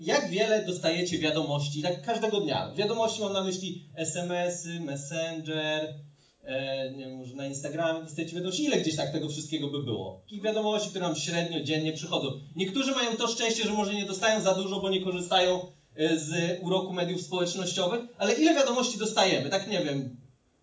Jak wiele dostajecie wiadomości, tak każdego dnia? Wiadomości mam na myśli SMS-y, Messenger, nie wiem, może na Instagramie dostajecie wiadomości. Ile gdzieś tak tego wszystkiego by było? Takich wiadomości, które nam średnio, dziennie przychodzą. Niektórzy mają to szczęście, że może nie dostają za dużo, bo nie korzystają z uroku mediów społecznościowych, ale ile wiadomości dostajemy? Tak nie wiem.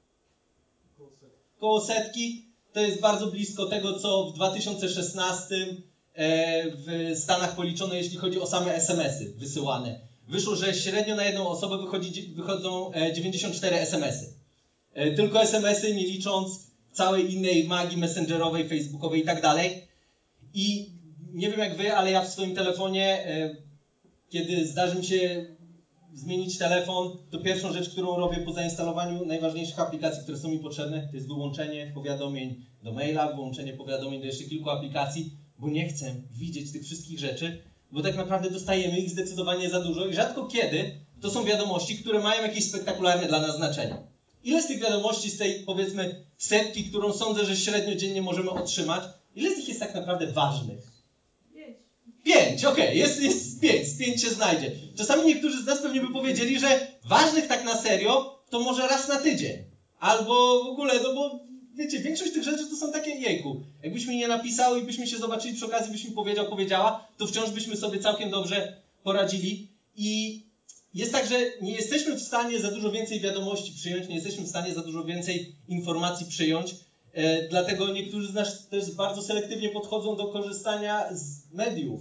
Koło setki. To jest bardzo blisko tego, co w 2016 w Stanach policzono, jeśli chodzi o same SMS-y wysyłane. Wyszło, że średnio na jedną osobę wychodzą 94 SMS-y. Tylko SMS-y, nie licząc całej innej magii messengerowej, facebookowej i tak dalej. I nie wiem jak wy, ale ja w swoim telefonie, kiedy zdarzy mi się zmienić telefon, to pierwszą rzecz, którą robię po zainstalowaniu najważniejszych aplikacji, które są mi potrzebne, to jest wyłączenie powiadomień do maila, wyłączenie powiadomień do jeszcze kilku aplikacji, bo nie chcę widzieć tych wszystkich rzeczy, bo tak naprawdę dostajemy ich zdecydowanie za dużo i rzadko kiedy to są wiadomości, które mają jakieś spektakularne dla nas znaczenie. Ile z tych wiadomości, z tej powiedzmy setki, którą sądzę, że średnio dziennie możemy otrzymać, ile z nich jest tak naprawdę ważnych? 5, okej, jest 5, z 5 się znajdzie. Czasami niektórzy z nas pewnie by powiedzieli, że ważnych tak na serio to może raz na tydzień. Albo w ogóle, no bo wiecie, większość tych rzeczy to są takie jejku. Jakbyśmy nie napisały i byśmy się zobaczyli przy okazji, byśmy powiedziała, to wciąż byśmy sobie całkiem dobrze poradzili. I jest tak, że nie jesteśmy w stanie za dużo więcej wiadomości przyjąć, nie jesteśmy w stanie za dużo więcej informacji przyjąć. Dlatego niektórzy z nas też bardzo selektywnie podchodzą do korzystania z mediów.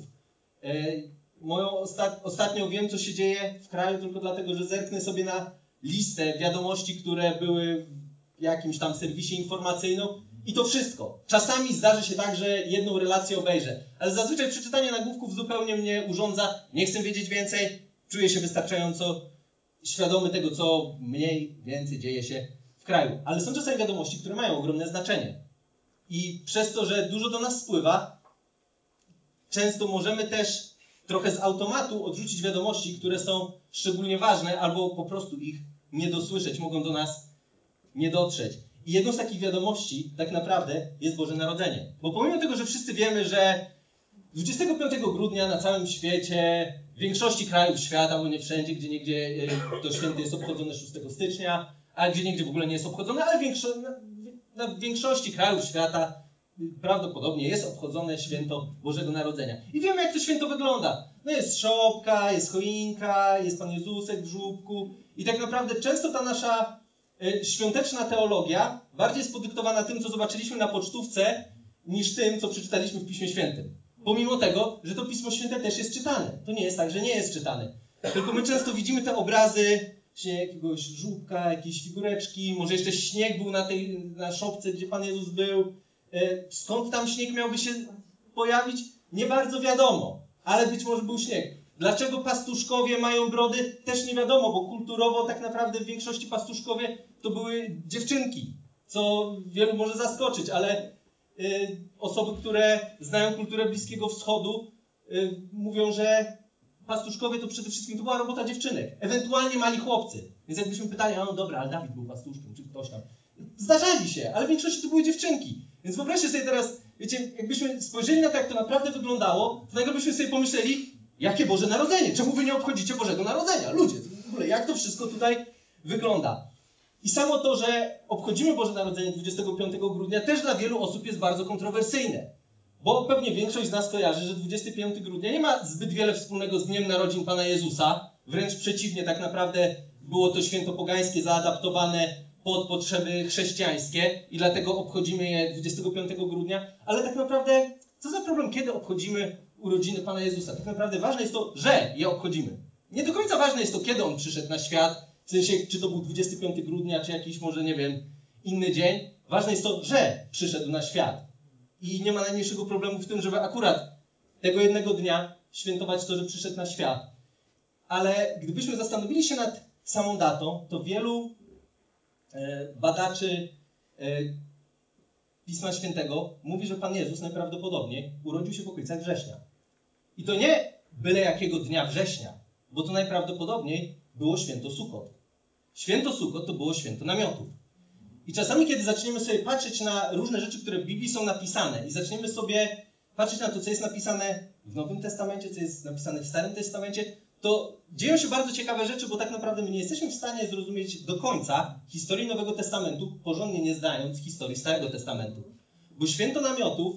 Ostatnio wiem, co się dzieje w kraju, tylko dlatego, że zerknę sobie na listę wiadomości, które były w jakimś tam serwisie informacyjnym i to wszystko. Czasami zdarzy się tak, że jedną relację obejrzę, ale zazwyczaj przeczytanie nagłówków zupełnie mnie urządza, nie chcę wiedzieć więcej, czuję się wystarczająco świadomy tego, co mniej więcej dzieje się w kraju. Ale są czasami wiadomości, które mają ogromne znaczenie. I przez to, że dużo do nas spływa, często możemy też trochę z automatu odrzucić wiadomości, które są szczególnie ważne, albo po prostu ich nie dosłyszeć, mogą do nas nie dotrzeć. I jedną z takich wiadomości tak naprawdę jest Boże Narodzenie. Bo pomimo tego, że wszyscy wiemy, że 25 grudnia na całym świecie, w większości krajów świata, bo nie wszędzie, gdzie niegdzie to święto jest obchodzone 6 stycznia, a gdzie niegdzie w ogóle nie jest obchodzone, ale w większości krajów świata prawdopodobnie jest obchodzone święto Bożego Narodzenia. I wiemy, jak to święto wygląda. No jest szopka, jest choinka, jest Pan Jezusek w żłóbku i tak naprawdę często ta nasza świąteczna teologia bardziej jest podyktowana tym, co zobaczyliśmy na pocztówce, niż tym, co przeczytaliśmy w Piśmie Świętym. Pomimo tego, że to Pismo Święte też jest czytane. To nie jest tak, że nie jest czytane. Tylko my często widzimy te obrazy jakiegoś żółbka, jakiejś figureczki, może jeszcze śnieg był na szopce, gdzie Pan Jezus był. Skąd tam śnieg miałby się pojawić? Nie bardzo wiadomo, ale być może był śnieg. Dlaczego pastuszkowie mają brody? Też nie wiadomo, bo kulturowo tak naprawdę w większości pastuszkowie to były dziewczynki, co wielu może zaskoczyć, ale osoby, które znają kulturę Bliskiego Wschodu, mówią, że pastuszkowie to przede wszystkim to była robota dziewczynek, ewentualnie mali chłopcy. Więc jakbyśmy pytali, no dobra, ale Dawid był pastuszkiem, czy ktoś tam. Zdarzali się, ale w większości to były dziewczynki. Więc wyobraźcie sobie teraz, wiecie, jakbyśmy spojrzeli na to, jak to naprawdę wyglądało, to nagle byśmy sobie pomyśleli, jakie Boże Narodzenie? Czemu wy nie obchodzicie Bożego Narodzenia? Ludzie, w ogóle jak to wszystko tutaj wygląda? I samo to, że obchodzimy Boże Narodzenie 25 grudnia też dla wielu osób jest bardzo kontrowersyjne. Bo pewnie większość z nas kojarzy, że 25 grudnia nie ma zbyt wiele wspólnego z Dniem Narodzin Pana Jezusa. Wręcz przeciwnie, tak naprawdę było to święto pogańskie zaadaptowane pod potrzeby chrześcijańskie i dlatego obchodzimy je 25 grudnia. Ale tak naprawdę, co za problem, kiedy obchodzimy urodziny Pana Jezusa? Tak naprawdę ważne jest to, że je obchodzimy. Nie do końca ważne jest to, kiedy On przyszedł na świat, w sensie, czy to był 25 grudnia, czy jakiś może, nie wiem, inny dzień. Ważne jest to, że przyszedł na świat. I nie ma najmniejszego problemu w tym, żeby akurat tego jednego dnia świętować to, że przyszedł na świat. Ale gdybyśmy zastanowili się nad samą datą, to wielu badaczy Pisma Świętego mówi, że Pan Jezus najprawdopodobniej urodził się w okolicach września. I to nie byle jakiego dnia września, bo to najprawdopodobniej było święto Sukot. Święto Sukot to było święto namiotów. I czasami, kiedy zaczniemy sobie patrzeć na różne rzeczy, które w Biblii są napisane i zaczniemy sobie patrzeć na to, co jest napisane w Nowym Testamencie, co jest napisane w Starym Testamencie, to dzieją się bardzo ciekawe rzeczy, bo tak naprawdę my nie jesteśmy w stanie zrozumieć do końca historii Nowego Testamentu, porządnie nie znając historii Starego Testamentu. Bo Święto Namiotów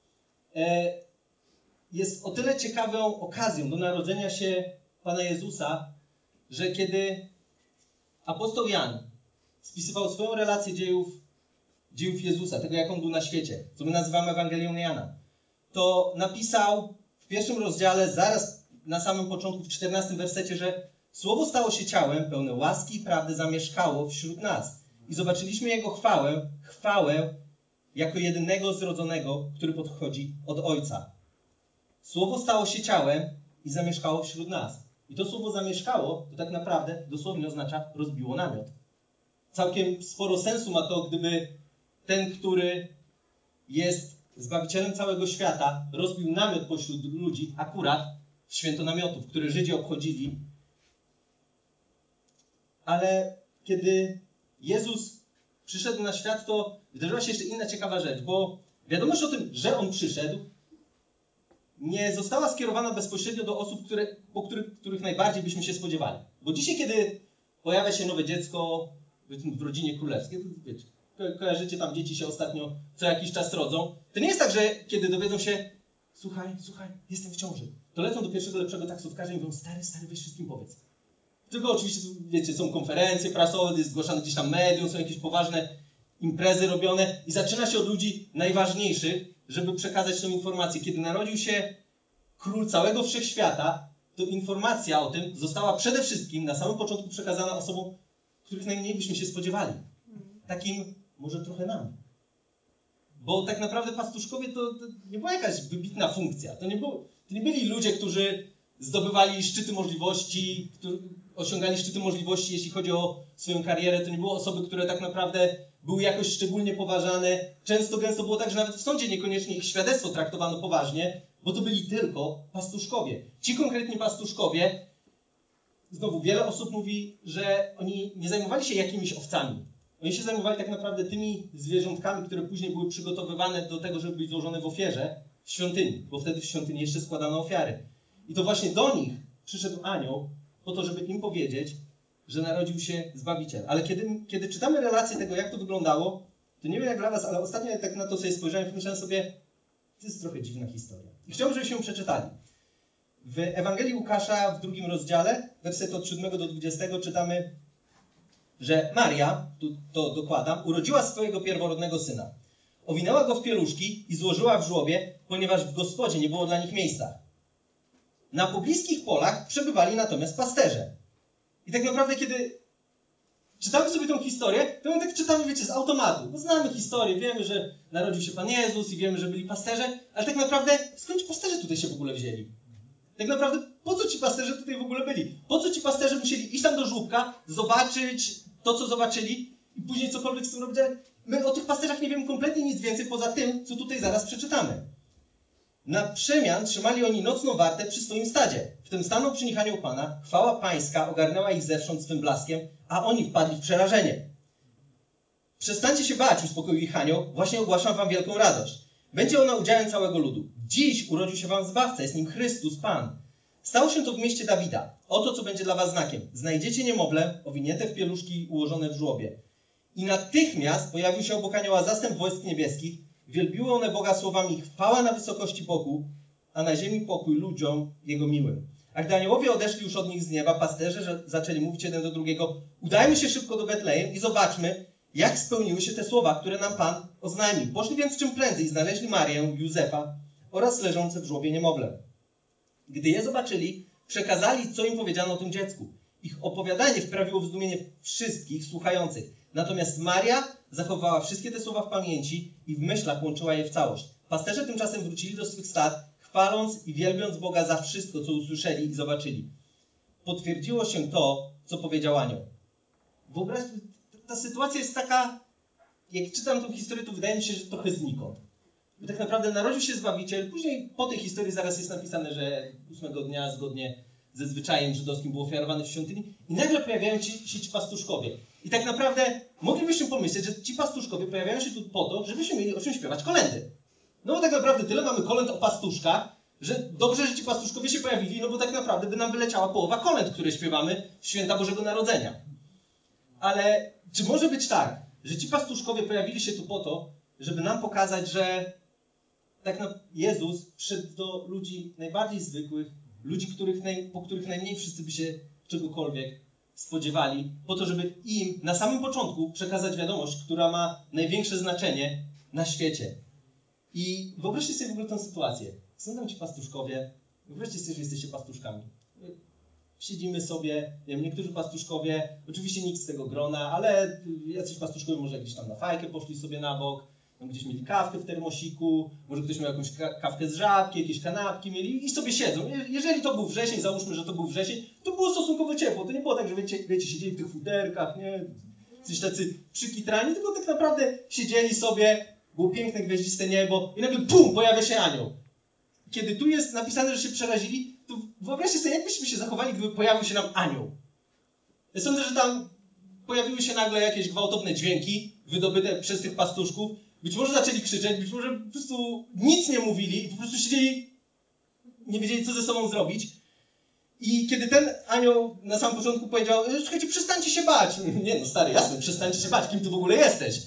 jest o tyle ciekawą okazją do narodzenia się Pana Jezusa, że kiedy apostoł Jan spisywał swoją relację dziejów Jezusa, tego jak on był na świecie, co my nazywamy Ewangelią Jana, to napisał w 1 rozdziale, zaraz na samym początku, w 14 wersecie, że Słowo stało się ciałem, pełne łaski i prawdy zamieszkało wśród nas. I zobaczyliśmy Jego chwałę jako jedynego zrodzonego, który podchodzi od Ojca. Słowo stało się ciałem i zamieszkało wśród nas. I to słowo zamieszkało, to tak naprawdę dosłownie oznacza rozbiło namiot. Całkiem sporo sensu ma to, gdyby ten, który jest Zbawicielem całego świata, rozbił namiot pośród ludzi, akurat w święto namiotów, które Żydzi obchodzili. Ale kiedy Jezus przyszedł na świat, to wydarzyła się jeszcze inna ciekawa rzecz, bo wiadomość o tym, że On przyszedł, nie została skierowana bezpośrednio do osób, których najbardziej byśmy się spodziewali. Bo dzisiaj, kiedy pojawia się nowe dziecko w rodzinie królewskiej, to wiecie, kojarzycie, tam dzieci się ostatnio co jakiś czas rodzą, to nie jest tak, że kiedy dowiedzą się, słuchaj, jestem w ciąży, to lecą do pierwszego lepszego taksówkarza i mówią, stary, weź wszystkim powiedz. Tylko oczywiście, wiecie, są konferencje prasowe, jest zgłaszane gdzieś tam medium, są jakieś poważne imprezy robione i zaczyna się od ludzi najważniejszych, żeby przekazać tę informację. Kiedy narodził się król całego wszechświata, to informacja o tym została przede wszystkim na samym początku przekazana osobom, których najmniej byśmy się spodziewali. Takim może trochę nam. Bo tak naprawdę pastuszkowie to nie była jakaś wybitna funkcja. To nie byli ludzie, którzy zdobywali szczyty możliwości, osiągali szczyty możliwości, jeśli chodzi o swoją karierę. To nie były osoby, które tak naprawdę były jakoś szczególnie poważane. Gęsto było tak, że nawet w sądzie niekoniecznie ich świadectwo traktowano poważnie, bo to byli tylko pastuszkowie. Ci konkretni pastuszkowie, znowu wiele osób mówi, że oni nie zajmowali się jakimiś owcami. Oni się zajmowali tak naprawdę tymi zwierzątkami, które później były przygotowywane do tego, żeby być złożone w ofierze w świątyni, bo wtedy w świątyni jeszcze składano ofiary. I to właśnie do nich przyszedł anioł po to, żeby im powiedzieć, że narodził się Zbawiciel. Ale kiedy czytamy relację tego, jak to wyglądało, to nie wiem jak dla was, ale ostatnio jak tak na to sobie spojrzałem, pomyślałem sobie, to jest trochę dziwna historia. I chciałbym, żebyśmy ją przeczytali. W Ewangelii Łukasza w 2 rozdziale, werset od 7 do 20 czytamy, że Maria, tu to dokładam, urodziła swojego pierworodnego syna. Owinęła go w pieluszki i złożyła w żłobie, ponieważ w gospodzie nie było dla nich miejsca. Na pobliskich polach przebywali natomiast pasterze. I tak naprawdę, kiedy czytamy sobie tą historię, to my tak czytamy, wiecie, z automatu. Bo znamy historię, wiemy, że narodził się Pan Jezus i wiemy, że byli pasterze, ale tak naprawdę skąd ci pasterze tutaj się w ogóle wzięli? Tak naprawdę po co ci pasterze tutaj w ogóle byli? Po co ci pasterze musieli iść tam do żłóbka, zobaczyć to, co zobaczyli i później cokolwiek z tym robić? My o tych pasterzach nie wiemy kompletnie nic więcej poza tym, co tutaj zaraz przeczytamy. Na przemian trzymali oni nocną wartę przy swoim stadzie. Wtem stanął przy nich anioł Pana, chwała Pańska ogarnęła ich zewsząd swym blaskiem, a oni wpadli w przerażenie. Przestańcie się bać, uspokoił ich anioł, właśnie ogłaszam wam wielką radość. Będzie ona udziałem całego ludu. Dziś urodził się wam Zbawca, jest nim Chrystus, Pan. Stało się to w mieście Dawida. Oto, co będzie dla was znakiem. Znajdziecie niemowlę, owinięte w pieluszki i ułożone w żłobie. I natychmiast pojawił się obok anioła zastęp wojsk niebieskich. Wielbiły one Boga słowami chwała na wysokości Bogu, a na ziemi pokój ludziom Jego miłym. A gdy aniołowie odeszli już od nich z nieba, pasterze zaczęli mówić jeden do drugiego, udajmy się szybko do Betlejem i zobaczmy, jak spełniły się te słowa, które nam Pan oznajmił. Poszli więc czym prędzej i znaleźli Marię, Józefa oraz leżące w żłobie niemowlę. Gdy je zobaczyli, przekazali, co im powiedziano o tym dziecku. Ich opowiadanie wprawiło w zdumienie wszystkich słuchających. Natomiast Maria zachowała wszystkie te słowa w pamięci i w myślach łączyła je w całość. Pasterze tymczasem wrócili do swych stad, chwaląc i wielbiąc Boga za wszystko, co usłyszeli i zobaczyli. Potwierdziło się to, co powiedział anioł. Wyobraźcie, ta sytuacja jest taka, jak czytam tę historię, to wydaje mi się, że trochę znikąd. Bo tak naprawdę narodził się Zbawiciel, później po tej historii zaraz jest napisane, że 8 dnia zgodnie ze zwyczajem żydowskim był ofiarowany w świątyni i nagle pojawiają się ci pastuszkowie. I tak naprawdę moglibyśmy pomyśleć, że ci pastuszkowie pojawiają się tu po to, żebyśmy mieli o czym śpiewać kolędy. No bo tak naprawdę tyle mamy kolęd o pastuszkach, że dobrze, że ci pastuszkowie się pojawili, no bo tak naprawdę by nam wyleciała połowa kolęd, które śpiewamy w święta Bożego Narodzenia. Ale czy może być tak, że ci pastuszkowie pojawili się tu po to, żeby nam pokazać, że Jezus przyszedł do ludzi najbardziej zwykłych, ludzi, po których najmniej wszyscy by się czegokolwiek spodziewali, po to, żeby im na samym początku przekazać wiadomość, która ma największe znaczenie na świecie. I wyobraźcie sobie w ogóle tę sytuację. Są tam ci pastuszkowie, wyobraźcie sobie, że jesteście pastuszkami. Siedzimy sobie, nie wiem, niektórzy pastuszkowie, oczywiście nikt z tego grona, ale jacyś pastuszkowie może gdzieś tam na fajkę poszli sobie na bok, gdzieś mieli kawkę w termosiku, może ktoś miał jakąś kawkę z żabki, jakieś kanapki mieli i sobie siedzą. Jeżeli to był wrzesień, załóżmy, że to był wrzesień, to było stosunkowo ciepło. To nie było tak, że wiecie siedzieli w tych futerkach, nie? Coś tacy przykitrani, tylko tak naprawdę siedzieli sobie, było piękne, gwiaździste niebo i nagle pum, pojawia się anioł. Kiedy tu jest napisane, że się przerazili, to wyobraźcie sobie, jak byśmy się zachowali, gdyby pojawił się nam anioł. Ja sądzę, że tam pojawiły się nagle jakieś gwałtowne dźwięki wydobyte przez tych pastuszków. Być może zaczęli krzyczeć, być może po prostu nic nie mówili i po prostu siedzieli, nie wiedzieli, co ze sobą zrobić. I kiedy ten anioł na samym początku powiedział, słuchajcie, przestańcie się bać. Nie no, stary, jasne, przestańcie się bać, kim ty w ogóle jesteś?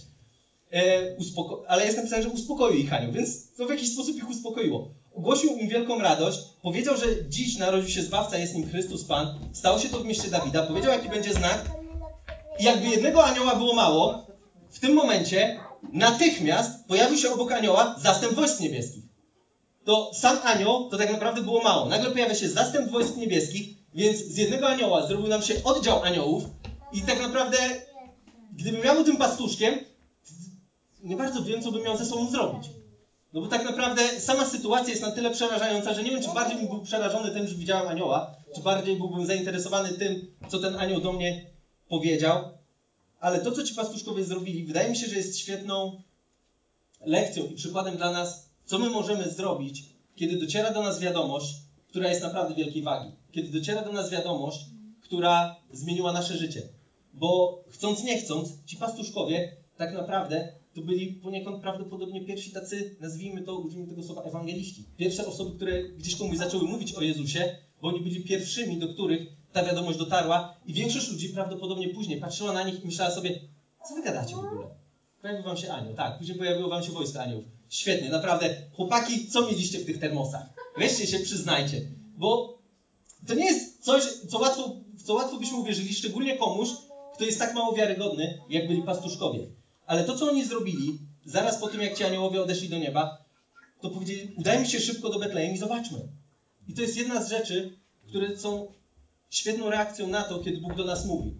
Ale jest napisane, że uspokoił ich anioł, więc to w jakiś sposób ich uspokoiło. Ogłosił im wielką radość, powiedział, że dziś narodził się Zbawca, jest nim Chrystus Pan. Stało się to w mieście Dawida, powiedział, jaki będzie znak. I jakby jednego anioła było mało, w tym momencie natychmiast pojawił się obok anioła zastęp wojsk niebieskich. To sam anioł to tak naprawdę było mało. Nagle pojawia się zastęp wojsk niebieskich, więc z jednego anioła zrobił nam się oddział aniołów i tak naprawdę, gdybym miał tym pastuszkiem, nie bardzo wiem, co bym miał ze sobą zrobić. No bo tak naprawdę sama sytuacja jest na tyle przerażająca, że nie wiem, czy bardziej bym był przerażony tym, że widziałem anioła, czy bardziej byłbym zainteresowany tym, co ten anioł do mnie powiedział. Ale to, co ci pastuszkowie zrobili, wydaje mi się, że jest świetną lekcją i przykładem dla nas, co my możemy zrobić, kiedy dociera do nas wiadomość, która jest naprawdę wielkiej wagi. Kiedy dociera do nas wiadomość, która zmieniła nasze życie. Bo chcąc nie chcąc, ci pastuszkowie tak naprawdę to byli poniekąd prawdopodobnie pierwsi tacy, nazwijmy to, użyjmy tego słowa, ewangeliści. Pierwsze osoby, które gdzieś komuś zaczęły mówić o Jezusie, bo oni byli pierwszymi, do których ta wiadomość dotarła i większość ludzi prawdopodobnie później patrzyła na nich i myślała sobie, co wy gadacie w ogóle? Pojawił wam się anioł, tak, później pojawiło wam się wojsko aniołów. Świetnie, naprawdę. Chłopaki, co mieliście w tych termosach? Weźcie się, przyznajcie. Bo to nie jest coś, w co łatwo byśmy uwierzyli, szczególnie komuś, kto jest tak mało wiarygodny, jak byli pastuszkowie. Ale to, co oni zrobili, zaraz po tym, jak ci aniołowie odeszli do nieba, to powiedzieli, udajmy się szybko do Betlejem i zobaczmy. I to jest jedna z rzeczy, które są świetną reakcją na to, kiedy Bóg do nas mówi.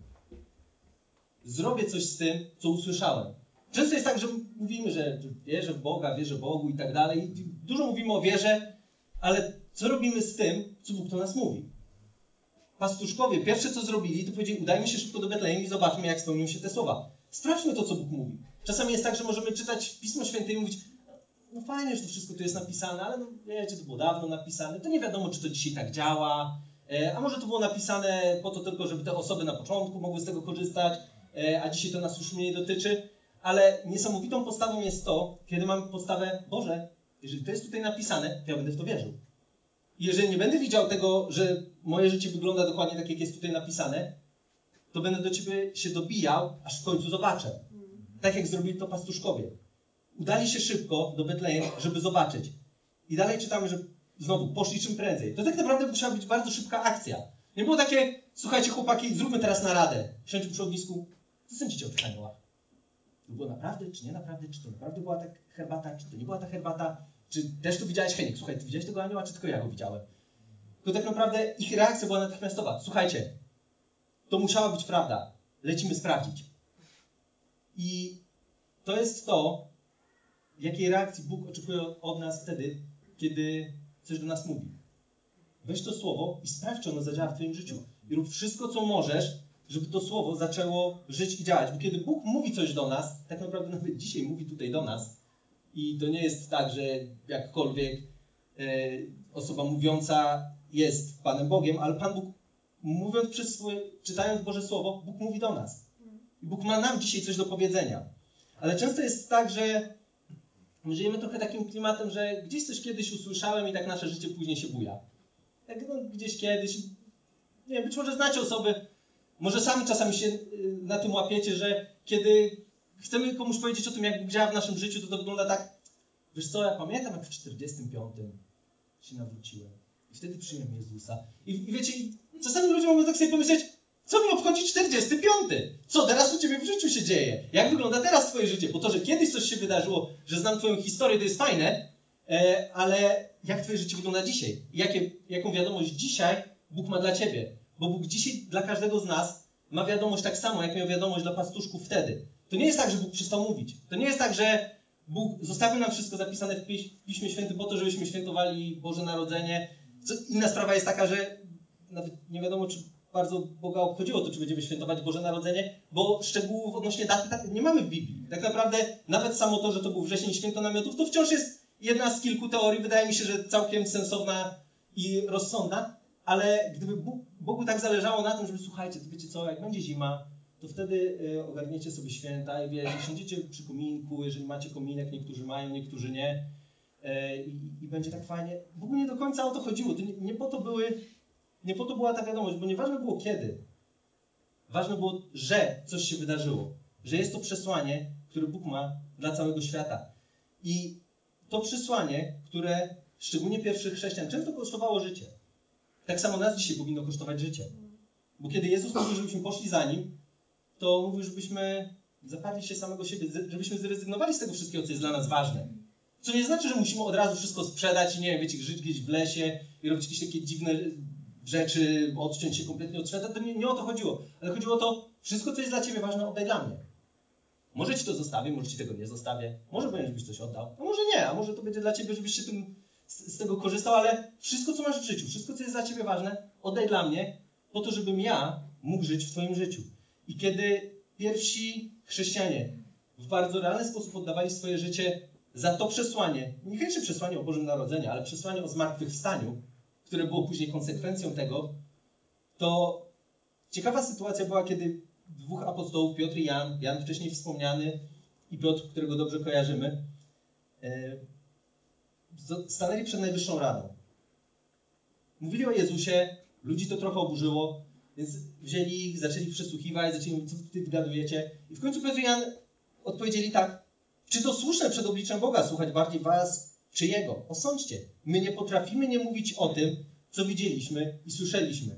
Zrobię coś z tym, co usłyszałem. Często jest tak, że mówimy, że wierzę w Boga, wierzę Bogu i tak dalej. Dużo mówimy o wierze, ale co robimy z tym, co Bóg do nas mówi? Pastuszkowie pierwsze, co zrobili, to powiedzieli, udajmy się szybko do Betlejem i zobaczmy, jak spełnią się te słowa. Sprawdźmy to, co Bóg mówi. Czasami jest tak, że możemy czytać Pismo Święte i mówić, no fajnie, że to wszystko tu jest napisane, ale no, wiecie, to było dawno napisane, to nie wiadomo, czy to dzisiaj tak działa, a może to było napisane po to tylko, żeby te osoby na początku mogły z tego korzystać, a dzisiaj to nas już mniej dotyczy. Ale niesamowitą postawą jest to, kiedy mamy postawę, Boże, jeżeli to jest tutaj napisane, to ja będę w to wierzył. I jeżeli nie będę widział tego, że moje życie wygląda dokładnie tak, jak jest tutaj napisane, to będę do Ciebie się dobijał, aż w końcu zobaczę. Tak jak zrobili to pastuszkowie. Udali się szybko do Betlejem, żeby zobaczyć. I dalej czytamy, że znowu poszli czym prędzej. To tak naprawdę musiała być bardzo szybka akcja. Nie było takie, słuchajcie chłopaki, zróbmy teraz naradę. Siądźcie przy ognisku. Co sądzicie o tych aniołach? To było naprawdę, czy nie naprawdę? Czy to naprawdę była ta herbata, czy to nie była ta herbata? Czy też tu widziałeś Henik? Słuchaj, ty widziałeś tego anioła, czy tylko ja go widziałem? To tak naprawdę ich reakcja była natychmiastowa. Słuchajcie, to musiała być prawda. Lecimy sprawdzić. I to jest to, jakiej reakcji Bóg oczekuje od nas wtedy, kiedy coś do nas mówi. Weź to słowo i sprawdź, czy ono zadziała w twoim życiu. I rób wszystko, co możesz, żeby to słowo zaczęło żyć i działać. Bo kiedy Bóg mówi coś do nas, tak naprawdę nawet dzisiaj mówi tutaj do nas, i to nie jest tak, że jakkolwiek osoba mówiąca jest Panem Bogiem, ale Pan Bóg, mówiąc czytając Boże Słowo, Bóg mówi do nas. I Bóg ma nam dzisiaj coś do powiedzenia. Ale często jest tak, że My żyjemy trochę takim klimatem, że gdzieś coś kiedyś usłyszałem i tak nasze życie później się buja. Tak, no, gdzieś kiedyś, nie wiem, być może znacie osoby, może sami czasami się na tym łapiecie, że kiedy chcemy komuś powiedzieć o tym, jak Bóg działa w naszym życiu, to wygląda tak, wiesz co, ja pamiętam, jak w 45 się nawróciłem i wtedy przyjąłem Jezusa. I wiecie, czasami ludzie mogą tak sobie pomyśleć, co mi obchodzi 45? Co teraz u ciebie w życiu się dzieje? Jak wygląda teraz twoje życie? Bo to, że kiedyś coś się wydarzyło, że znam twoją historię, to jest fajne, ale jak twoje życie wygląda dzisiaj? Jaką wiadomość dzisiaj Bóg ma dla ciebie? Bo Bóg dzisiaj dla każdego z nas ma wiadomość tak samo, jak miał wiadomość dla pastuszków wtedy. To nie jest tak, że Bóg przestał mówić. To nie jest tak, że Bóg zostawił nam wszystko zapisane w Piśmie Świętym po to, żebyśmy świętowali Boże Narodzenie. Inna sprawa jest taka, że nawet nie wiadomo, czy bardzo Boga obchodziło to, czy będziemy świętować Boże Narodzenie, bo szczegółów odnośnie daty nie mamy w Biblii. Tak naprawdę nawet samo to, że to był wrzesień, święto namiotów, to wciąż jest jedna z kilku teorii, wydaje mi się, że całkiem sensowna i rozsądna, ale gdyby Bogu tak zależało na tym, żeby słuchajcie, to wiecie co, jak będzie zima, to wtedy ogarniecie sobie święta i wiecie, siądziecie przy kominku, jeżeli macie kominek, niektórzy mają, niektórzy nie, i będzie tak fajnie. Bogu nie do końca o to chodziło, to nie po to była ta wiadomość, bo nieważne było kiedy. Ważne było, że coś się wydarzyło. Że jest to przesłanie, które Bóg ma dla całego świata. I to przesłanie, które szczególnie pierwszych chrześcijan często kosztowało życie. Tak samo nas dzisiaj powinno kosztować życie. Bo kiedy Jezus mówił, żebyśmy poszli za Nim, to mówił, żebyśmy zaparli się samego siebie, żebyśmy zrezygnowali z tego wszystkiego, co jest dla nas ważne. Co nie znaczy, że musimy od razu wszystko sprzedać i nie wiem, wiecie, żyć gdzieś w lesie i robić jakieś takie dziwne rzeczy, odciąć się kompletnie od świata. To nie o to chodziło. Ale chodziło o to, wszystko, co jest dla ciebie ważne, oddaj dla mnie. Może ci to zostawię, może ci tego nie zostawię. Może będziesz żebyś coś oddał, a może nie. A może to będzie dla ciebie, żebyś się z tego korzystał, ale wszystko, co masz w życiu, wszystko, co jest dla ciebie ważne, oddaj dla mnie, po to, żebym ja mógł żyć w twoim życiu. I kiedy pierwsi chrześcijanie w bardzo realny sposób oddawali swoje życie za to przesłanie, niekoniecznie przesłanie o Bożym Narodzeniu, ale przesłanie o zmartwychwstaniu, które było później konsekwencją tego, to ciekawa sytuacja była, kiedy dwóch apostołów, Piotr i Jan wcześniej wspomniany i Piotr, którego dobrze kojarzymy, stanęli przed Najwyższą Radą. Mówili o Jezusie, ludzi to trochę oburzyło, więc wzięli ich, zaczęli ich przesłuchiwać, zaczęli mówić, co ty wygadujecie. I w końcu Piotr i Jan odpowiedzieli tak, czy to słuszne przed obliczem Boga słuchać bardziej was, czy Jego? Osądźcie. My nie potrafimy nie mówić o tym, co widzieliśmy i słyszeliśmy.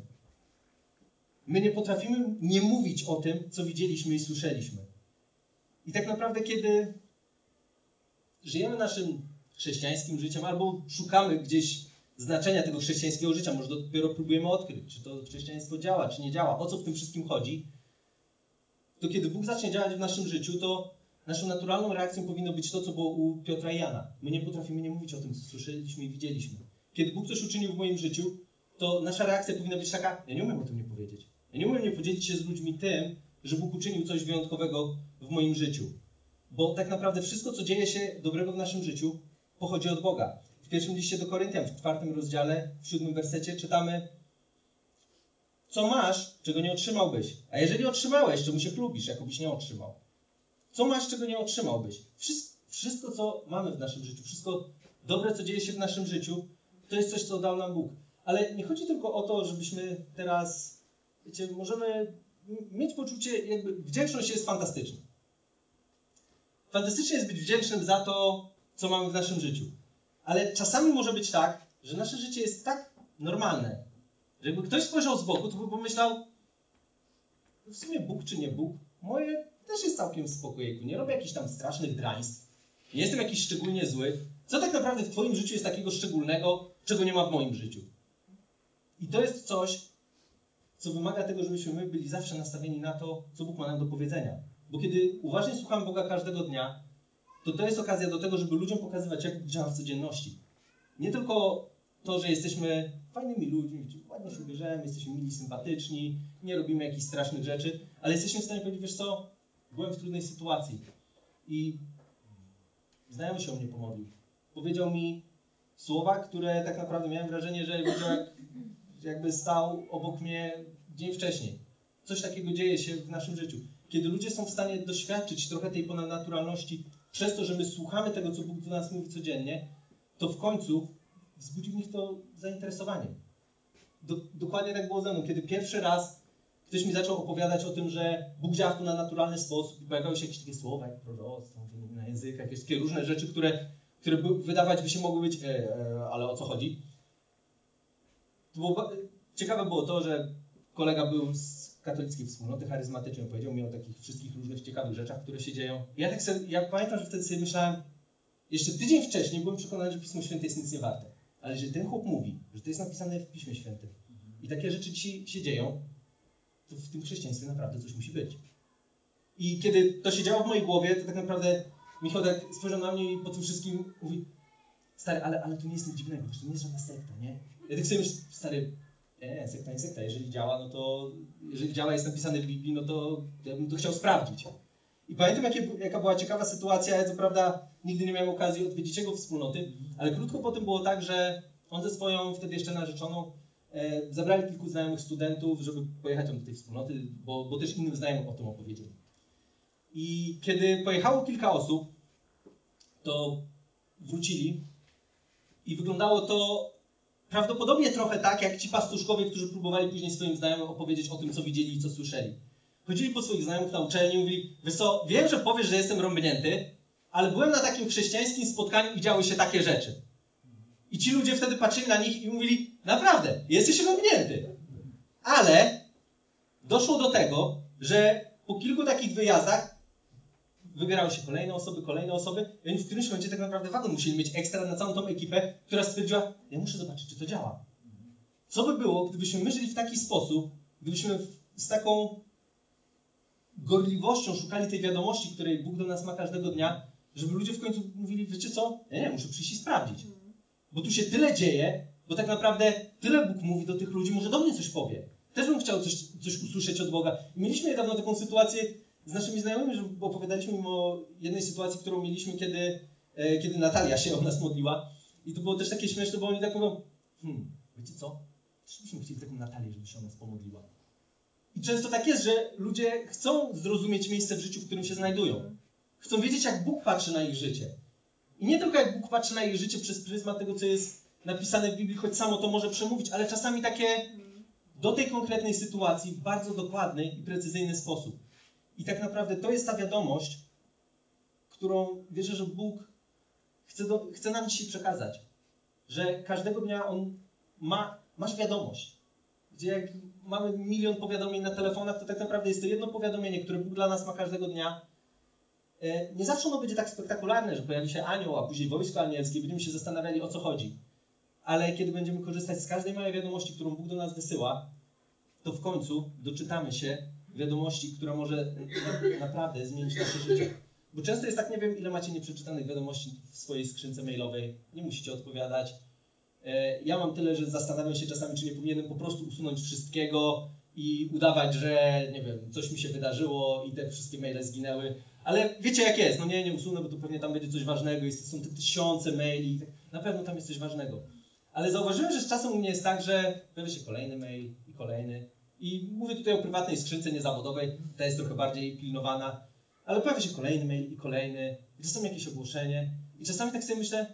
My nie potrafimy nie mówić o tym, co widzieliśmy i słyszeliśmy. I tak naprawdę, kiedy żyjemy naszym chrześcijańskim życiem, albo szukamy gdzieś znaczenia tego chrześcijańskiego życia, może dopiero próbujemy odkryć, czy to chrześcijaństwo działa, czy nie działa, o co w tym wszystkim chodzi, to kiedy Bóg zacznie działać w naszym życiu, to naszą naturalną reakcją powinno być to, co było u Piotra i Jana. My nie potrafimy nie mówić o tym, co słyszeliśmy i widzieliśmy. Kiedy Bóg coś uczynił w moim życiu, to nasza reakcja powinna być taka, ja nie umiem o tym nie powiedzieć. Ja nie umiem nie podzielić się z ludźmi tym, że Bóg uczynił coś wyjątkowego w moim życiu. Bo tak naprawdę wszystko, co dzieje się dobrego w naszym życiu, pochodzi od Boga. W pierwszym liście do Koryntian, w 4 rozdziale, w 7 wersecie czytamy: co masz, czego nie otrzymałbyś? A jeżeli otrzymałeś, czemu się chlubisz, jakobyś nie otrzymał? Co masz, czego nie otrzymałbyś? Wszystko, co mamy w naszym życiu, wszystko dobre, co dzieje się w naszym życiu, to jest coś, co dał nam Bóg. Ale nie chodzi tylko o to, żebyśmy teraz, wiecie, możemy mieć poczucie, jakby wdzięczność jest fantastyczna. Fantastycznie jest być wdzięcznym za to, co mamy w naszym życiu. Ale czasami może być tak, że nasze życie jest tak normalne, że jakby ktoś spojrzał z boku, to by pomyślał, w sumie Bóg czy nie Bóg, moje też jest całkiem w spokoju. Nie robię jakichś tam strasznych draństw. Nie jestem jakiś szczególnie zły. Co tak naprawdę w twoim życiu jest takiego szczególnego, czego nie ma w moim życiu? I to jest coś, co wymaga tego, żebyśmy my byli zawsze nastawieni na to, co Bóg ma nam do powiedzenia. Bo kiedy uważnie słuchamy Boga każdego dnia, to jest okazja do tego, żeby ludziom pokazywać, jak Bóg działa w codzienności. Nie tylko to, że jesteśmy fajnymi ludźmi, ładnie się ubierzemy, jesteśmy mili, sympatyczni, nie robimy jakichś strasznych rzeczy, ale jesteśmy w stanie powiedzieć, wiesz co, byłem w trudnej sytuacji i znajomy się o mnie pomodlił. Powiedział mi słowa, które tak naprawdę miałem wrażenie, że widział, jakby stał obok mnie dzień wcześniej. Coś takiego dzieje się w naszym życiu. Kiedy ludzie są w stanie doświadczyć trochę tej ponadnaturalności przez to, że my słuchamy tego, co Bóg do nas mówi codziennie, to w końcu wzbudzi w nich to zainteresowanie. Dokładnie tak było ze mną. Kiedy pierwszy raz ktoś mi zaczął opowiadać o tym, że Bóg działa w naturalny sposób i pojawiały się jakieś takie słowa, jak proroctwo, mówienie na językach, jakieś takie różne rzeczy, które wydawać by się mogły być, ale o co chodzi? Ciekawe było to, że kolega był z katolickiej wspólnoty charyzmatycznej, powiedział mi o takich wszystkich różnych ciekawych rzeczach, które się dzieją. Ja pamiętam, że wtedy sobie myślałem, jeszcze tydzień wcześniej byłem przekonany, że Pismo Święte jest nic nie warte. Ale jeżeli ten chłop mówi, że to jest napisane w Piśmie Świętym i takie rzeczy dzisiaj się dzieją, to w tym chrześcijaństwie naprawdę coś musi być. I kiedy to się działo w mojej głowie, to tak naprawdę Michał tak spojrzał na mnie i po tym wszystkim mówi, stary, ale to nie jest nic dziwnego, to nie jest żadna sekta, nie? Ja tak sobie myślę, stary, sekta nie sekta, jeżeli działa, no to, jeżeli działa, jest napisane w Biblii, no to ja bym to chciał sprawdzić. I pamiętam, jaka była ciekawa sytuacja, ja co prawda nigdy nie miałem okazji odwiedzić jego wspólnoty, ale krótko po tym było tak, że on ze swoją wtedy jeszcze narzeczoną zabrali kilku znajomych studentów, żeby pojechać tam do tej wspólnoty, bo też innym znajomym o tym opowiedzieli. I kiedy pojechało kilka osób, to wrócili i wyglądało to prawdopodobnie trochę tak, jak ci pastuszkowie, którzy próbowali później swoim znajomym opowiedzieć o tym, co widzieli i co słyszeli. Chodzili po swoich znajomych na uczelni i mówili, wiesz co, wiem, że powiesz, że jestem rąbnięty, ale byłem na takim chrześcijańskim spotkaniu i działy się takie rzeczy. I ci ludzie wtedy patrzyli na nich i mówili, naprawdę, jesteś rąbnięty. Ale doszło do tego, że po kilku takich wyjazdach wybierały się kolejne osoby i oni w którymś momencie tak naprawdę wagon musieli mieć ekstra na całą tą ekipę, która stwierdziła, ja muszę zobaczyć, czy to działa. Co by było, gdybyśmy my żyli w taki sposób, gdybyśmy z taką gorliwością szukali tej wiadomości, której Bóg do nas ma każdego dnia, żeby ludzie w końcu mówili, wiecie co, nie, muszę przyjść i sprawdzić. Bo tu się tyle dzieje, bo tak naprawdę tyle Bóg mówi do tych ludzi, może do mnie coś powie. Też bym chciał coś usłyszeć od Boga. I mieliśmy niedawno taką sytuację z naszymi znajomymi, że opowiadaliśmy im o jednej sytuacji, którą mieliśmy, kiedy Natalia się o nas modliła. I to było też takie śmieszne, bo oni tak mówią, wiecie co, też byśmy chcieli taką Natalię, żeby się o nas pomodliła. I często tak jest, że ludzie chcą zrozumieć miejsce w życiu, w którym się znajdują. Chcą wiedzieć, jak Bóg patrzy na ich życie. I nie tylko jak Bóg patrzy na ich życie przez pryzmat tego, co jest napisane w Biblii, choć samo to może przemówić, ale czasami takie do tej konkretnej sytuacji w bardzo dokładny i precyzyjny sposób. I tak naprawdę to jest ta wiadomość, którą wierzę, że Bóg chce nam dzisiaj przekazać. Że każdego dnia masz wiadomość. Gdzie jak mamy milion powiadomień na telefonach, to tak naprawdę jest to jedno powiadomienie, które Bóg dla nas ma każdego dnia. Nie zawsze ono będzie tak spektakularne, że pojawi się anioł, a później wojsko anielskie, będziemy się zastanawiali, o co chodzi. Ale kiedy będziemy korzystać z każdej małej wiadomości, którą Bóg do nas wysyła, to w końcu doczytamy się wiadomości, która może naprawdę zmienić nasze życie. Bo często jest tak, nie wiem, ile macie nieprzeczytanych wiadomości w swojej skrzynce mailowej, nie musicie odpowiadać. Ja mam tyle, że zastanawiam się czasami, czy nie powinienem po prostu usunąć wszystkiego i udawać, że, nie wiem, coś mi się wydarzyło i te wszystkie maile zginęły. Ale wiecie jak jest, no nie usunę, bo to pewnie tam będzie coś ważnego i są te tysiące maili, na pewno tam jest coś ważnego. Ale zauważyłem, że z czasem u mnie jest tak, że pojawia się kolejny mail i kolejny. I mówię tutaj o prywatnej skrzynce niezawodowej, ta jest trochę bardziej pilnowana. Ale pojawia się kolejny mail i kolejny. I czasami jakieś ogłoszenie. I czasami tak sobie myślę,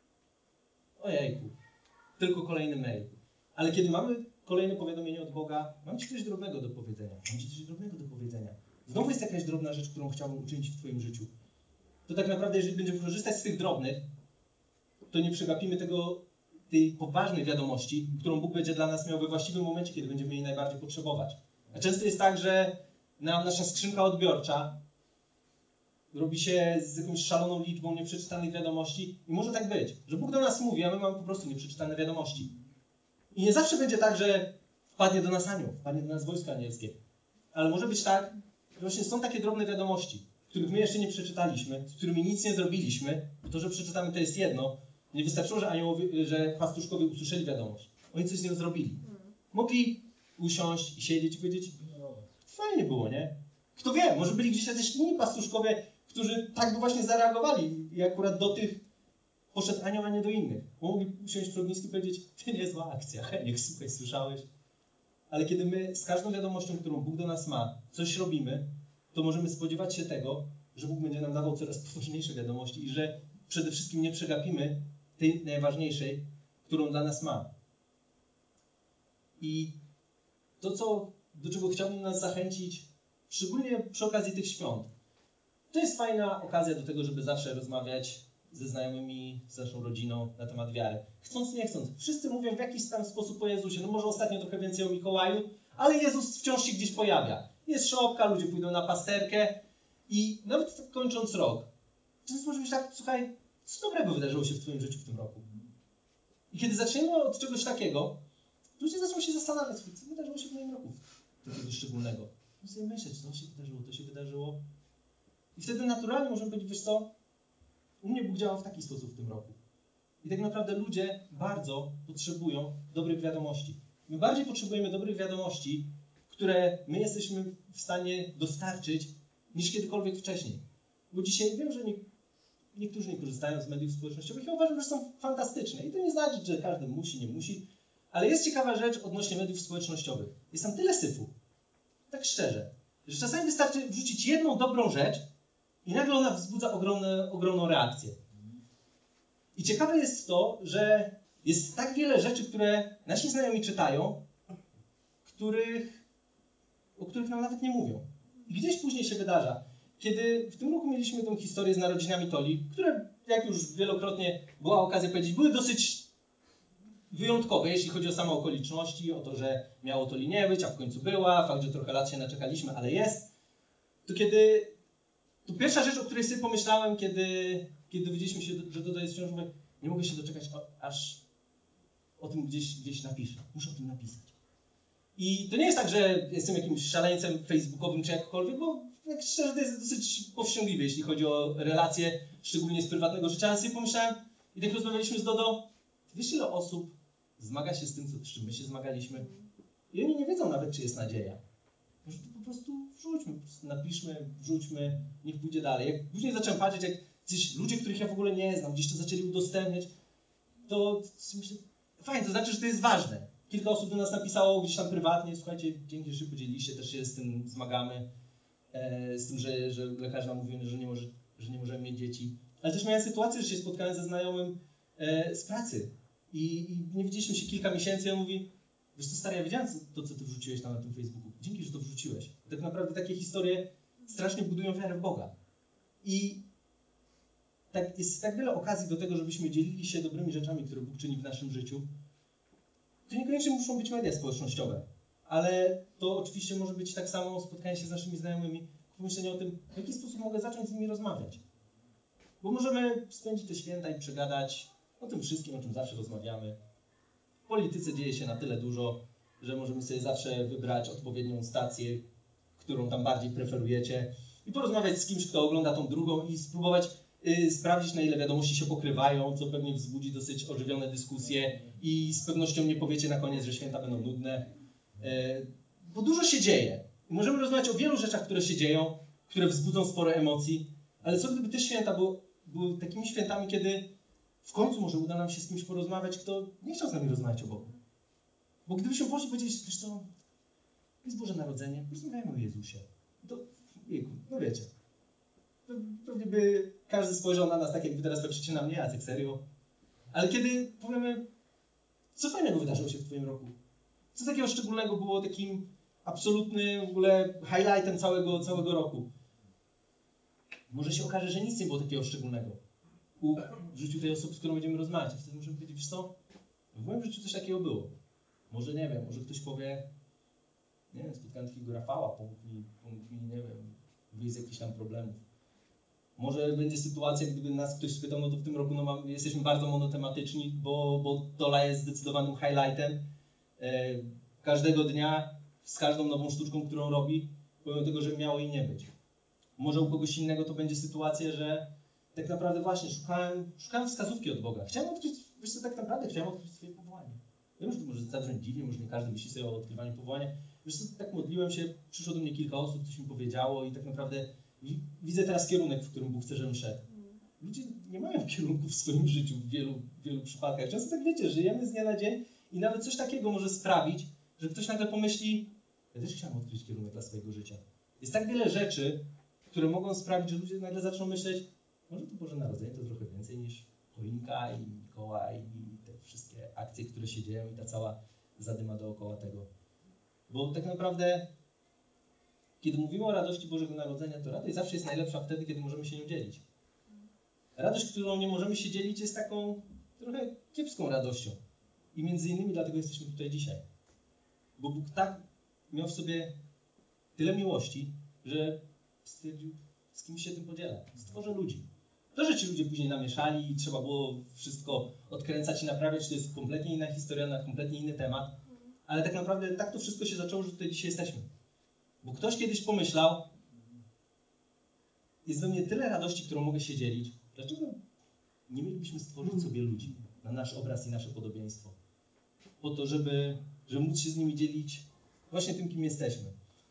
ojejku, tylko kolejny mail. Ale kiedy mamy kolejne powiadomienie od Boga, mam Ci coś drobnego do powiedzenia. Mam Ci coś drobnego do powiedzenia. Znowu jest jakaś drobna rzecz, którą chciałbym uczynić w Twoim życiu. To tak naprawdę, jeżeli będziemy korzystać z tych drobnych, to nie przegapimy tej poważnej wiadomości, którą Bóg będzie dla nas miał we właściwym momencie, kiedy będziemy jej najbardziej potrzebować. A często jest tak, że nasza skrzynka odbiorcza robi się z jakąś szaloną liczbą nieprzeczytanych wiadomości i może tak być, że Bóg do nas mówi, a my mamy po prostu nieprzeczytane wiadomości. I nie zawsze będzie tak, że wpadnie do nas anioł, wpadnie do nas wojsko anielskie. Ale może być tak, że właśnie są takie drobne wiadomości, których my jeszcze nie przeczytaliśmy, z którymi nic nie zrobiliśmy, bo to, że przeczytamy, to jest jedno. Nie wystarczyło, że pastuszkowie usłyszeli wiadomość. Oni coś z nią zrobili. Mogli usiąść i siedzieć i powiedzieć, fajnie było, nie? Kto wie, może byli gdzieś jacyś inni pastuszkowie, którzy tak by właśnie zareagowali i akurat do tych poszedł anioł, a nie do innych. Bo mogli usiąść przy ognisku i powiedzieć, to niezła akcja, Heniek, słuchaj, słyszałeś? Ale kiedy my z każdą wiadomością, którą Bóg do nas ma, coś robimy, to możemy spodziewać się tego, że Bóg będzie nam dawał coraz poważniejsze wiadomości i że przede wszystkim nie przegapimy tej najważniejszej, którą dla nas ma. I to, do czego chciałbym nas zachęcić, szczególnie przy okazji tych świąt, to jest fajna okazja do tego, żeby zawsze rozmawiać ze znajomymi, z naszą rodziną na temat wiary. Chcąc, nie chcąc. Wszyscy mówią w jakiś tam sposób o Jezusie. No może ostatnio trochę więcej o Mikołaju, ale Jezus wciąż się gdzieś pojawia. Jest szopka, ludzie pójdą na pasterkę i nawet tak kończąc rok, często może być tak, słuchaj, co dobrego wydarzyło się w twoim życiu w tym roku? I kiedy zaczniemy od czegoś takiego, ludzie zaczną się zastanawiać, co wydarzyło się w moim roku takiego szczególnego. I sobie myśleć, co się wydarzyło, to się wydarzyło. I wtedy naturalnie możemy powiedzieć, wiesz co, u mnie Bóg działał w taki sposób w tym roku. I tak naprawdę ludzie bardzo potrzebują dobrych wiadomości. My bardziej potrzebujemy dobrych wiadomości, które my jesteśmy w stanie dostarczyć, niż kiedykolwiek wcześniej. Bo dzisiaj wiem, że niektórzy nie korzystają z mediów społecznościowych. Ja uważam, że są fantastyczne. I to nie znaczy, że każdy musi, nie musi. Ale jest ciekawa rzecz odnośnie mediów społecznościowych. Jest tam tyle syfu, tak szczerze, że czasami wystarczy wrzucić jedną dobrą rzecz i nagle ona wzbudza ogromną reakcję. I ciekawe jest to, że jest tak wiele rzeczy, które nasi znajomi czytają, o których nam nawet nie mówią. I gdzieś później się wydarza. Kiedy w tym roku mieliśmy tę historię z narodzinami Toli, które, jak już wielokrotnie była okazja powiedzieć, były dosyć wyjątkowe, jeśli chodzi o same okoliczności, o to, że miało Toli nie być, a w końcu była, fakt, że trochę lat się naczekaliśmy, ale jest. To pierwsza rzecz, o której sobie pomyślałem, kiedy dowiedzieliśmy się, że to jest wciąż, mówię, nie mogę się doczekać, aż o tym gdzieś napiszę. Muszę o tym napisać. I to nie jest tak, że jestem jakimś szaleńcem facebookowym czy jakkolwiek, bo jak szczerze to jest dosyć powściągliwe, jeśli chodzi o relacje, szczególnie z prywatnego życia. Ale sobie pomyślałem, i tak rozmawialiśmy z Dodo, wiesz ile osób zmaga się z tym, z czym my się zmagaliśmy? I oni nie wiedzą nawet, czy jest nadzieja. Może to po prostu wrzućmy, po prostu napiszmy, wrzućmy, niech pójdzie dalej. Jak później zacząłem patrzeć, jak gdzieś ludzie, których ja w ogóle nie znam, gdzieś to zaczęli udostępniać, to myślę, fajnie, to znaczy, że to jest ważne. Kilka osób do nas napisało gdzieś tam prywatnie, słuchajcie, dzięki, że się podzieliliście, też się z tym zmagamy, z tym, że lekarze nam mówią, że nie możemy mieć dzieci. Ale też miałem sytuację, że się spotkałem ze znajomym z pracy i nie widzieliśmy się kilka miesięcy i on mówi, wiesz co stary, ja wiedziałem co ty wrzuciłeś tam na tym Facebooku. Dzięki, że to wrzuciłeś. Tak naprawdę takie historie strasznie budują wiarę w Boga. I jest tak wiele okazji do tego, żebyśmy dzielili się dobrymi rzeczami, które Bóg czyni w naszym życiu. To niekoniecznie muszą być media społecznościowe, ale to oczywiście może być tak samo spotkanie się z naszymi znajomymi, pomyślenie o tym, w jaki sposób mogę zacząć z nimi rozmawiać. Bo możemy spędzić te święta i przegadać o tym wszystkim, o czym zawsze rozmawiamy. W polityce dzieje się na tyle dużo, że możemy sobie zawsze wybrać odpowiednią stację, którą tam bardziej preferujecie i porozmawiać z kimś, kto ogląda tą drugą i spróbować sprawdzić, na ile wiadomości się pokrywają, co pewnie wzbudzi dosyć ożywione dyskusje i z pewnością nie powiecie na koniec, że święta będą nudne. Bo dużo się dzieje. Możemy rozmawiać o wielu rzeczach, które się dzieją, które wzbudzą sporo emocji, ale co gdyby te święta były takimi świętami, kiedy w końcu może uda nam się z kimś porozmawiać, kto nie chciał z nami rozmawiać o Bogu. Bo gdybyśmy poszli i powiedzieli, wiesz co, jest Boże Narodzenie, porozmawiajmy o Jezusie. To, no wiecie, pewnie by każdy spojrzał na nas tak, jak wy teraz patrzycie na mnie, Jacek, serio. Ale kiedy powiemy, co fajnego wydarzyło się w twoim roku? Co takiego szczególnego było takim absolutnym w ogóle highlightem całego roku? Może się okaże, że nic nie było takiego szczególnego w życiu tej osoby, z którą będziemy rozmawiać. A wtedy możemy powiedzieć, wiesz co, w moim życiu coś takiego było. Może nie wiem, może ktoś powie, nie wiem, spotkałem takiego Rafała, pomógł mi, nie wiem, wyjść z jakichś tam problemów. Może będzie sytuacja, gdyby nas ktoś spytał, no to w tym roku jesteśmy bardzo monotematyczni, bo Tola jest zdecydowanym highlightem. Każdego dnia, z każdą nową sztuczką, którą robi, pomimo tego, że miało jej nie być. Może u kogoś innego to będzie sytuacja, że tak naprawdę właśnie szukałem wskazówki od Boga. Chciałem odkryć, wiesz co, tak naprawdę chciałem odkryć swoje powołanie. Wiem, że to może zabrzmieć dziwnie, może nie każdy myśli sobie o odkrywaniu powołania. Wiesz co, tak modliłem się, przyszło do mnie kilka osób, coś mi powiedziało i tak naprawdę widzę teraz kierunek, w którym Bóg chce, żebym szedł. Ludzie nie mają kierunku w swoim życiu w wielu przypadkach. Często tak wiecie, żyjemy z dnia na dzień i nawet coś takiego może sprawić, że ktoś nagle pomyśli, ja też chciałem odkryć kierunek dla swojego życia. Jest tak wiele rzeczy, które mogą sprawić, że ludzie nagle zaczną myśleć, może to Boże Narodzenie to trochę więcej niż choinka i Mikołaj i te wszystkie akcje, które się dzieją i ta cała zadyma dookoła tego. Bo tak naprawdę, kiedy mówimy o radości Bożego Narodzenia, to radość zawsze jest najlepsza wtedy, kiedy możemy się nią dzielić. Radość, którą nie możemy się dzielić, jest taką trochę kiepską radością. I między innymi dlatego jesteśmy tutaj dzisiaj. Bo Bóg tak miał w sobie tyle miłości, że stwierdził, z kim się tym podziela. Stworzę ludzi. To, że ci ludzie później namieszali i trzeba było wszystko odkręcać i naprawiać, to jest kompletnie inna historia, na kompletnie inny temat. Ale tak naprawdę tak to wszystko się zaczęło, że tutaj dzisiaj jesteśmy. Bo ktoś kiedyś pomyślał, jest we mnie tyle radości, którą mogę się dzielić. Dlaczego nie mielibyśmy stworzyć sobie ludzi na nasz obraz i nasze podobieństwo? Po to, żeby móc się z nimi dzielić właśnie tym, kim jesteśmy.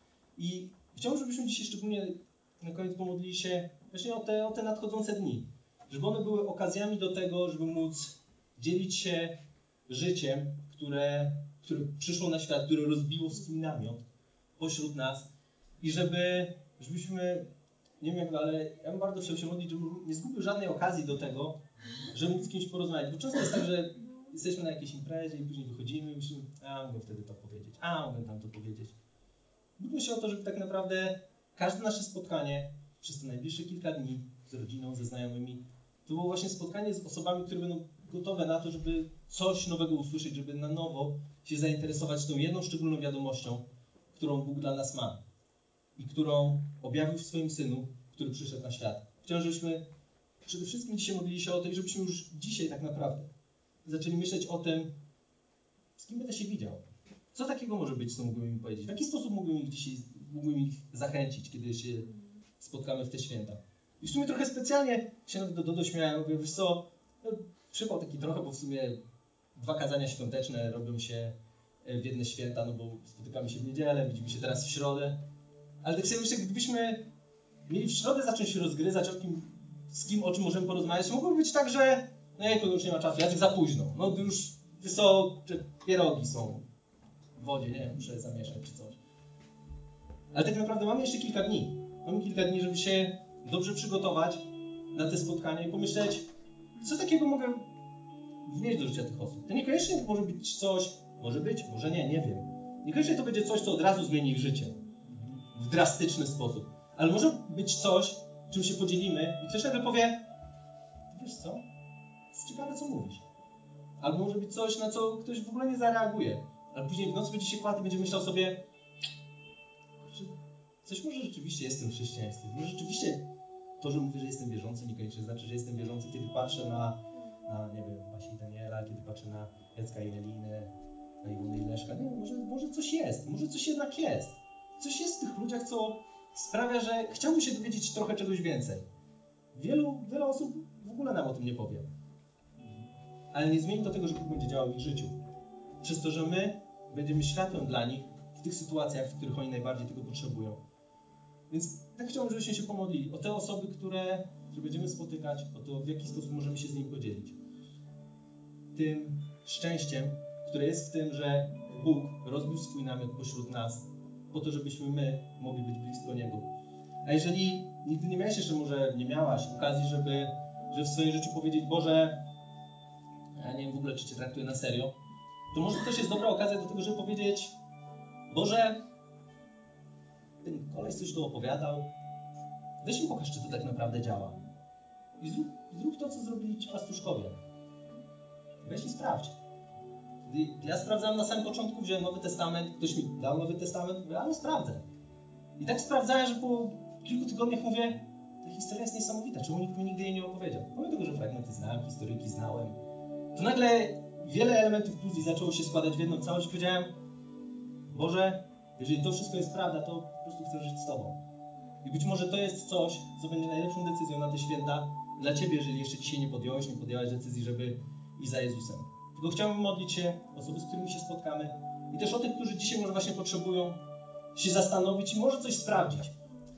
I chciałbym, żebyśmy dzisiaj szczególnie na koniec pomodlili się właśnie o te nadchodzące dni. Żeby one były okazjami do tego, żeby móc dzielić się życiem, które przyszło na świat, które rozbiło swój namiot pośród nas i żebyśmy, nie wiem jak wy, ale ja bym bardzo chciał się modlić, żebym nie zgubił żadnej okazji do tego, żeby móc z kimś porozmawiać. Bo często jest tak, że jesteśmy na jakiejś imprezie i później wychodzimy i myślimy, mogę wtedy to powiedzieć, mogę tam to powiedzieć. Módlmy się o to, żeby tak naprawdę każde nasze spotkanie przez te najbliższe kilka dni z rodziną, ze znajomymi, to było właśnie spotkanie z osobami, które będą gotowe na to, żeby coś nowego usłyszeć, żeby na nowo się zainteresować tą jedną szczególną wiadomością, którą Bóg dla nas ma i którą objawił w swoim Synu, który przyszedł na świat. Chciałbym, żebyśmy przede wszystkim dzisiaj modlili się o to i żebyśmy już dzisiaj tak naprawdę zaczęli myśleć o tym, z kim będę się widział. Co takiego może być, co mógłbym im powiedzieć? W jaki sposób mógłbym ich zachęcić, kiedy się spotkamy w te święta? I w sumie trochę specjalnie się nawet do Dodo śmiałem. Mówię, wiesz co, przypał taki trochę, bo w sumie 2 kazania świąteczne robią się w jedne święta, no bo spotykamy się w niedzielę, widzimy się teraz w środę. Ale tak sobie myślę, gdybyśmy mieli w środę zacząć się rozgryzać o czym możemy porozmawiać, mogłoby być tak, że no już nie ma czasu, Jacek za późno. No już pierogi są w wodzie, nie wiem, muszę zamieszać czy coś. Ale tak naprawdę mamy jeszcze kilka dni. Mamy kilka dni, żeby się dobrze przygotować na te spotkanie i pomyśleć, co takiego mogę wnieść do życia tych osób. To niekoniecznie może być coś, może nie wiem. Niekoniecznie to będzie coś, co od razu zmieni ich życie. W drastyczny sposób. Ale może być coś, czym się podzielimy i ktoś nagle powie, wiesz co, jest ciekawe, co mówisz. Albo może być coś, na co ktoś w ogóle nie zareaguje. Ale później w nocy będzie się kładł i będzie myślał sobie, coś może rzeczywiście jest w tym chrześcijaństwie. Może rzeczywiście to, że mówię, że jestem wierzący, niekoniecznie znaczy, że jestem wierzący, kiedy patrzę na nie wiem, Basi i Daniela, kiedy patrzę na Jacka i Elinę, na Iwonę i Leszka. Nie, może coś jest, może coś jednak jest. Coś jest w tych ludziach, co sprawia, że chciałbym się dowiedzieć trochę czegoś więcej. Wiele osób w ogóle nam o tym nie powie. Ale nie zmieni to tego, że Bóg będzie działał w ich życiu. Przez to, że my będziemy światłem dla nich w tych sytuacjach, w których oni najbardziej tego potrzebują. Więc tak chciałbym, żebyśmy się pomodlili o te osoby, które będziemy spotykać, o to, w jaki sposób możemy się z nimi podzielić. Tym szczęściem, które jest w tym, że Bóg rozbił swój namiot pośród nas, po to, żebyśmy my mogli być blisko Niego. A jeżeli nigdy nie miałeś jeszcze, może nie miałaś okazji, żeby w swoim życiu powiedzieć, Boże, ja nie wiem w ogóle, czy Cię traktuję na serio, to może to też jest dobra okazja do tego, żeby powiedzieć, Boże, ten koleś coś tu opowiadał, weź mi pokaż, czy to tak naprawdę działa. I zrób to, co zrobili ci pastuszkowie. Weź i sprawdź. Gdy ja sprawdzałem na samym początku, wziąłem Nowy Testament, ktoś mi dał Nowy Testament, mówię, ale sprawdzę. I tak sprawdzałem, że po kilku tygodniach mówię, ta historia jest niesamowita, czemu nikt mi nigdy jej nie opowiedział. Pomimo tego, że fragmenty znałem, historyjki znałem, to nagle wiele elementów puzli zaczęło się składać w jedną całość i powiedziałem, Boże, jeżeli to wszystko jest prawda, to po prostu chcę żyć z Tobą. I być może to jest coś, co będzie najlepszą decyzją na te święta dla Ciebie, jeżeli jeszcze dzisiaj nie podjęłaś decyzji, żeby iść za Jezusem. Tylko chciałbym modlić się o osoby, z którymi się spotkamy i też o tych, którzy dzisiaj może właśnie potrzebują się zastanowić i może coś sprawdzić.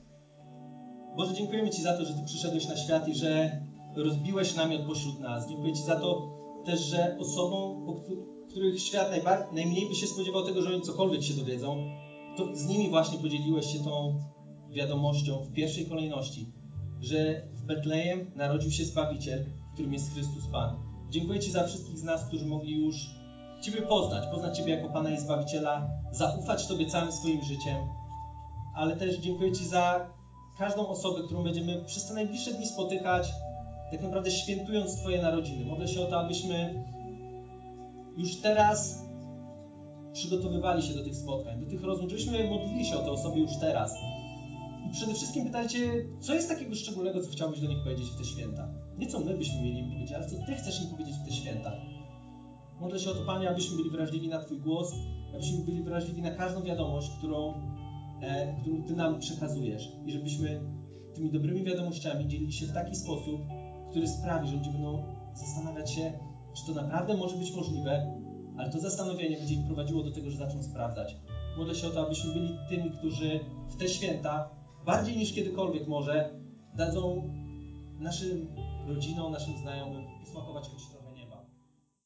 Boże, dziękujemy Ci za to, że Ty przyszedłeś na świat i że rozbiłeś namiot pośród nas. Dziękuję Ci za to też, że osobom, których świat najmniej by się spodziewał tego, że oni cokolwiek się dowiedzą, to z nimi właśnie podzieliłeś się tą wiadomością w pierwszej kolejności, że w Betlejem narodził się Zbawiciel, którym jest Chrystus Pan. Dziękuję Ci za wszystkich z nas, którzy mogli już Ciebie poznać Ciebie jako Pana i Zbawiciela, zaufać Tobie całym swoim życiem, ale też dziękuję Ci za każdą osobę, którą będziemy przez te najbliższe dni spotykać, tak naprawdę świętując Twoje narodziny. Modlę się o to, abyśmy już teraz przygotowywali się do tych spotkań, do tych rozmów, żebyśmy modlili się o te osoby już teraz. I przede wszystkim pytali Cię, co jest takiego szczególnego, co chciałbyś do nich powiedzieć w te święta. Nie co my byśmy mieli im powiedzieć, ale co Ty chcesz im powiedzieć w te święta. Modlę się o to, Panie, abyśmy byli wrażliwi na Twój głos, abyśmy byli wrażliwi na każdą wiadomość, którą Ty nam przekazujesz. I żebyśmy tymi dobrymi wiadomościami dzielili się w taki sposób, który sprawi, że ludzie będą zastanawiać się, czy to naprawdę może być możliwe, ale to zastanowienie będzie ich prowadziło do tego, że zaczną sprawdzać. Modlę się o to, abyśmy byli tymi, którzy w te święta, bardziej niż kiedykolwiek może, dadzą naszym rodzinom, naszym znajomym posmakować choć trochę